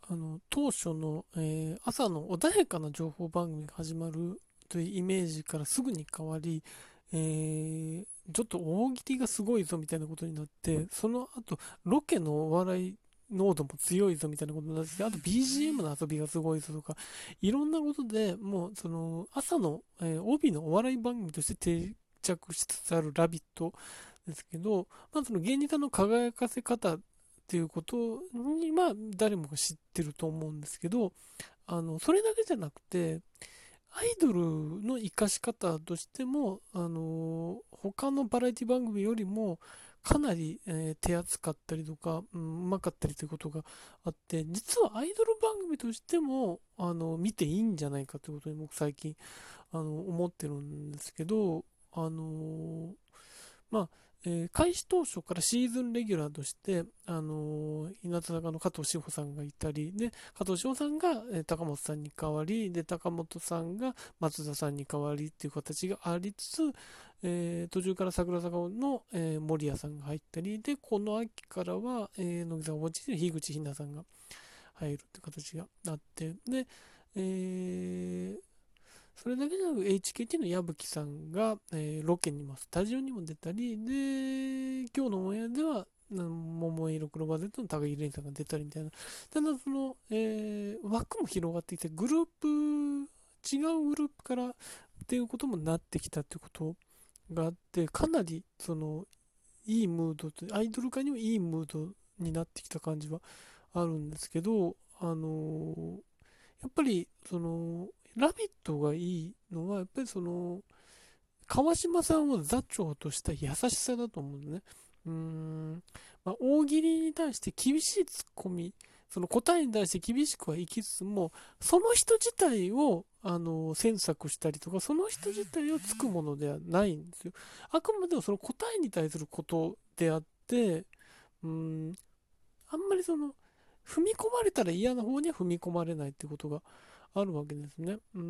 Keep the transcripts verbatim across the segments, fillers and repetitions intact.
あの当初の、えー朝の穏やかな情報番組が始まるというイメージからすぐに変わり、えーちょっと大喜利がすごいぞみたいなことになって、その後ロケのお笑い濃度も強いぞみたいなことになって、あと ビージーエム の遊びがすごいぞとか、いろんなことでもうその朝の、えー帯のお笑い番組として定着しつつあるラビットですけど、まあ、その芸人さんの輝かせ方っていうことに、まあ、誰もが知ってると思うんですけど、あの、それだけじゃなくて、アイドルの活かし方としても、あの、他のバラエティ番組よりも、かなり、えー手厚かったりとか、うん、うまかったりということがあって、実はアイドル番組としても、あの、見ていいんじゃないかということに僕最近、あの、思ってるんですけど、あのまあ、えー開始当初からシーズンレギュラーとして、あのー日向坂の加藤志保さんがいたり、で、加藤志保さんが、えー高本さんに代わり、で、高本さんが松田さんに代わりっていう形がありつつ、えー途中から桜坂の、えー守屋さんが入ったり、で、この秋からは、えー乃木坂フォーチーエイトの樋口日奈さんが入るっていう形があって、で、えーそれだけでなく エイチケーティー の矢吹さんが、えーロケにもスタジオにも出たり、で、今日のオンエアでは、桃色クローバー Z の高木玲さんが出たりみたいな。ただその、えー枠も広がってきて、グループ、違うグループからっていうこともなってきたっていうことがあって、かなりその、いいムードと、アイドル界にもいいムードになってきた感じはあるんですけど、あのーやっぱり、その、ラビットがいいのは、やっぱりその、川島さんを座長とした優しさだと思うんだね。うーん、まあ、大喜利に対して厳しいツッコミ、その答えに対して厳しくはいきつつも、その人自体を、あの、詮索したりとか、その人自体をつくものではないんですよ。あくまでもその答えに対することであって、うーん、あんまりその、踏み込まれたら嫌な方には踏み込まれないってことがあるわけですね。うん、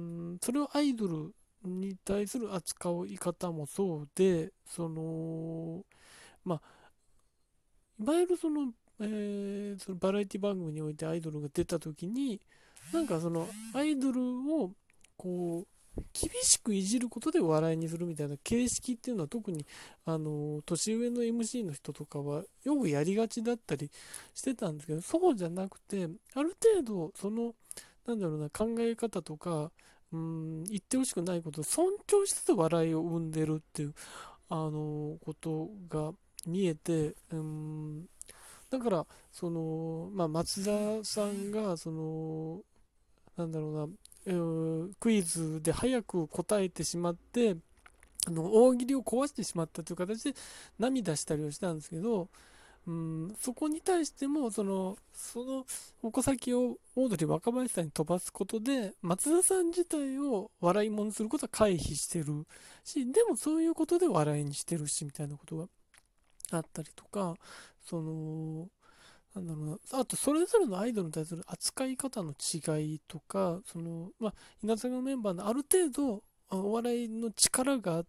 それはアイドルに対する扱い方もそうで、その、まあ、いわゆるその、えーそのバラエティ番組においてアイドルが出た時に、なんかそのアイドルをこう厳しくいじることで笑いにするみたいな形式っていうのは特にあの年上の エムシー の人とかはよくやりがちだったりしてたんですけど、そうじゃなくてある程度そのなんだろうな考え方とかうーん言ってほしくないことを尊重しつつ笑いを生んでるっていうあのことが見えて、うーんだからその、まあ、松田さんがそのなんだろうな、えークイズで早く答えてしまってあの大喜利を壊してしまったという形で涙したりをしたんですけど、うん、そこに対してもそのその矛先をオードリー若林さんに飛ばすことで松田さん自体を笑い物にすることは回避してるし、でもそういうことで笑いにしてるしみたいなことがあったりとか、そのなんだろうな、あとそれぞれのアイドルに対する扱い方の違いとか、その、まあ、稲妻のメンバーのある程度、お笑いの力があって、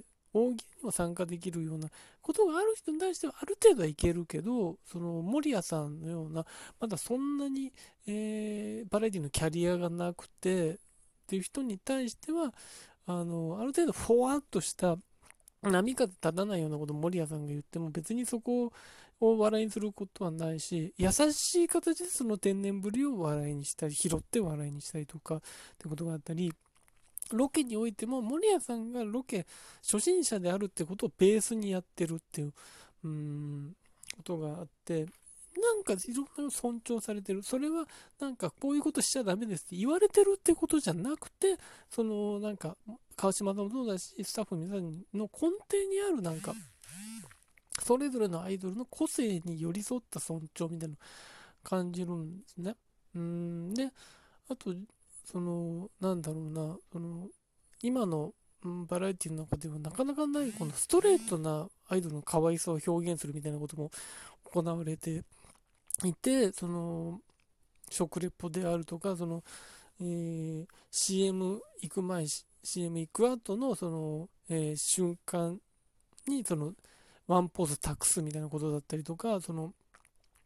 大喜利にも参加できるようなことがある人に対してはある程度はいけるけど、その守屋さんのような、まだそんなに、えーバラエティのキャリアがなくて、っていう人に対しては、あの、ある程度フォワッとした波風立たないようなことを守屋さんが言っても別にそこを笑いにすることはないし、優しい形でその天然ぶりを笑いにしたり、拾って笑いにしたりとかってことがあったり、ロケにおいても守屋さんがロケ初心者であるってことをベースにやってるっていう、うーん、ことがあって、なんかいろんなの尊重されてる。それはなんかこういうことしちゃダメですって言われてるってことじゃなくて、そのなんか川島さんもそうだし、スタッフの皆さんの根底にあるなんか、それぞれのアイドルの個性に寄り添った尊重みたいなのを感じるんですね。うーん、で、あと、その、なんだろうな、その、今のうんバラエティの中ではなかなかないこのストレートなアイドルの可愛さを表現するみたいなことも行われていて、その食レポであるとか、その、えー シーエム 行く前、シーエム 行く後のその、えー瞬間にそのワンポーズ託すみたいなことだったりとか、その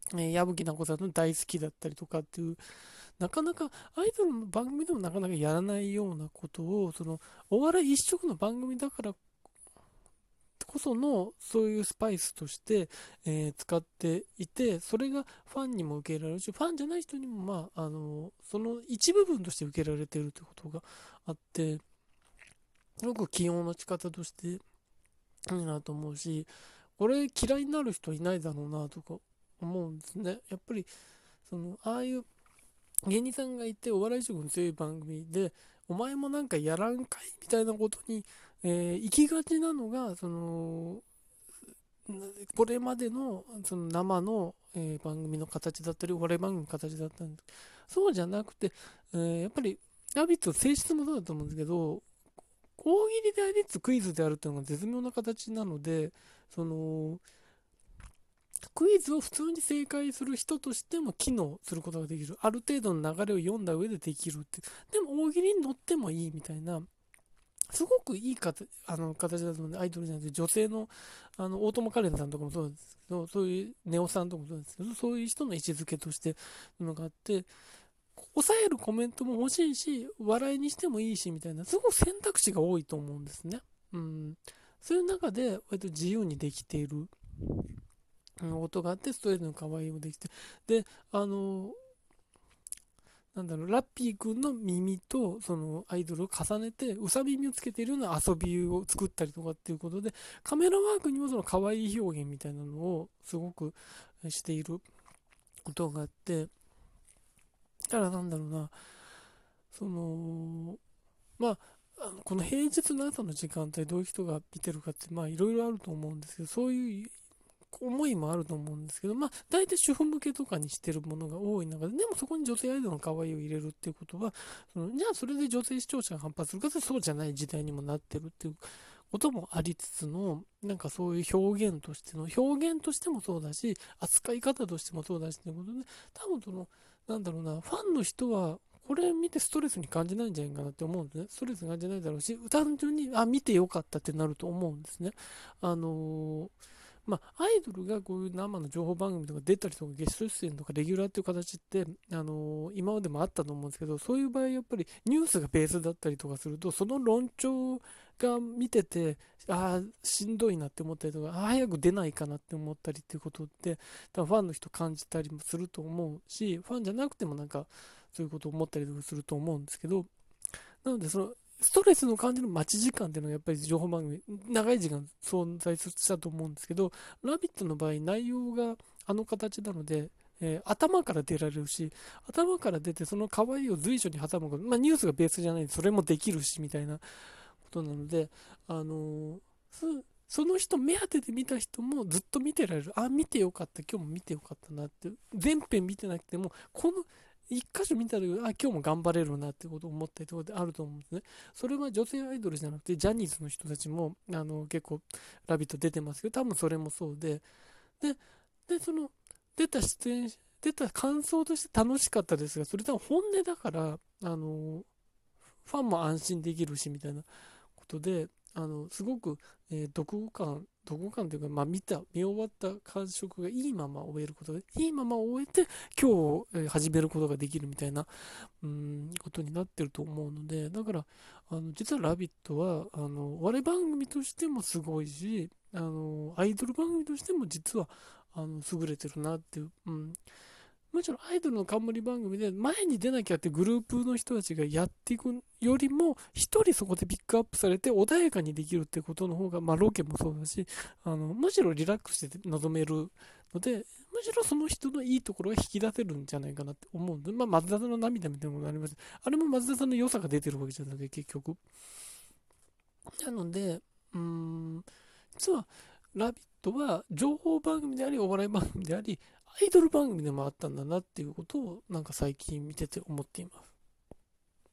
えー矢吹奈子さんの大好きだったりとかっていう、なかなかアイドルの番組でもなかなかやらないようなことを、そのお笑い一色の番組だからこそのそういうスパイスとして、えー使っていて、それがファンにも受け入れられるし、ファンじゃない人にも、まあ、あのその一部分として受けられているということがあって、すごく起用の仕方としていいなと思うし、これ嫌いになる人はいないだろうなとか思うんですね。やっぱりそのああいう芸人さんがいてお笑い色の強い番組で、お前もなんかやらんかいみたいなことに、えー行きがちなのが、そのこれまでのその生の、えー番組の形だったり、お笑い番組の形だったんです。そうじゃなくて、えーやっぱり、ラビットの性質もそうだと思うんですけど、大喜利でありつつクイズであるっていうのが絶妙な形なので、その、クイズを普通に正解する人としても機能することができる。ある程度の流れを読んだ上でできるって。でも大喜利に乗ってもいいみたいな、すごくいいかたあの形だと思うんで、アイドルじゃなくて女性の、あの大友花恋さんとかもそうですけど、そういうネオさんとかもそうですけど、そういう人の位置づけとしてのがあって、抑えるコメントも欲しいし、笑いにしてもいいしみたいな、すごく選択肢が多いと思うんですね。うん。そういう中で、割と自由にできていることがあって、ストレートの可愛いもできて、で、あの、なんだろう、ラッピーくんの耳とそのアイドルを重ねて、うさ耳をつけているような遊びを作ったりとかっていうことで、カメラワークにもその可愛い表現みたいなのをすごくしていることがあって、だからなんだろうな、その、まあ、あのこの平日の朝の時間帯どういう人が見てるかってまあいろいろあると思うんですけど、そういう思いもあると思うんですけど、まあ大体主婦向けとかにしてるものが多い中で、でもそこに女性アイドルの可愛いを入れるっていうことは、そのじゃあそれで女性視聴者が反発するかとそうじゃない時代にもなってるっていうこともありつつの、なんかそういう表現としての、表現としてもそうだし、扱い方としてもそうだしということで、多分その、なんだろうな、ファンの人は、これ見てストレスに感じないんじゃないかなって思うんですね。ストレスに感じないだろうし、単純に、あ、見てよかったってなると思うんですね。あのーまあ、アイドルがこういう生の情報番組とか出たりとかゲスト出演とかレギュラーっていう形って、あのー今までもあったと思うんですけど、そういう場合やっぱりニュースがベースだったりとかすると、その論調が見てて、ああ、しんどいなって思ったりとか、ああ、早く出ないかなって思ったりっていうことって、多分ファンの人感じたりもすると思うし、ファンじゃなくてもなんかそういうことを思ったりとかすると思うんですけど、なのでそのストレスの感じの待ち時間っていうのがやっぱり情報番組、長い時間存在したと思うんですけど、ラビットの場合内容があの形なので、えー頭から出られるし、頭から出てその可愛いを随所に挟むこと、まあニュースがベースじゃないんでそれもできるしみたいなことなので、あのーそその人目当てで見た人もずっと見てられる。あ、見てよかった。今日も見てよかったなって。全編見てなくても、この一箇所見たら、あ、今日も頑張れるなってことを思ったりとかであると思うんですね。それは女性アイドルじゃなくて、ジャニーズの人たちも、あの、結構、ラビット出てますけど、多分それもそうで、で、で、その、出た出演、出た感想として楽しかったですが、それ多分本音だから、あの、ファンも安心できるし、みたいなことで、あの、すごく、えー読後感、読後感というか、まあ、見た、見終わった感触がいいまま終えることで、いいまま終えて、今日、えー始めることができるみたいな、うーん、ことになってると思うので、だから、あの、実はラビットは、あの、我々番組としてもすごいし、あの、アイドル番組としても実は、あの、優れてるなっていう、うん、むしろアイドルの冠番組で前に出なきゃってグループの人たちがやっていくよりも、一人そこでピックアップされて穏やかにできるってことの方が、まあロケもそうだし、あの、むしろリラックスして臨めるので、むしろその人のいいところが引き出せるんじゃないかなって思うんで、まあ松田さんの涙みたいなのがあります。あれも松田さんの良さが出てるわけじゃなくて、結局。なので、うーん、実は、ラビットは情報番組であり、お笑い番組であり、アイドル番組でもあったんだなっていうことを、なんか最近見てて思っています。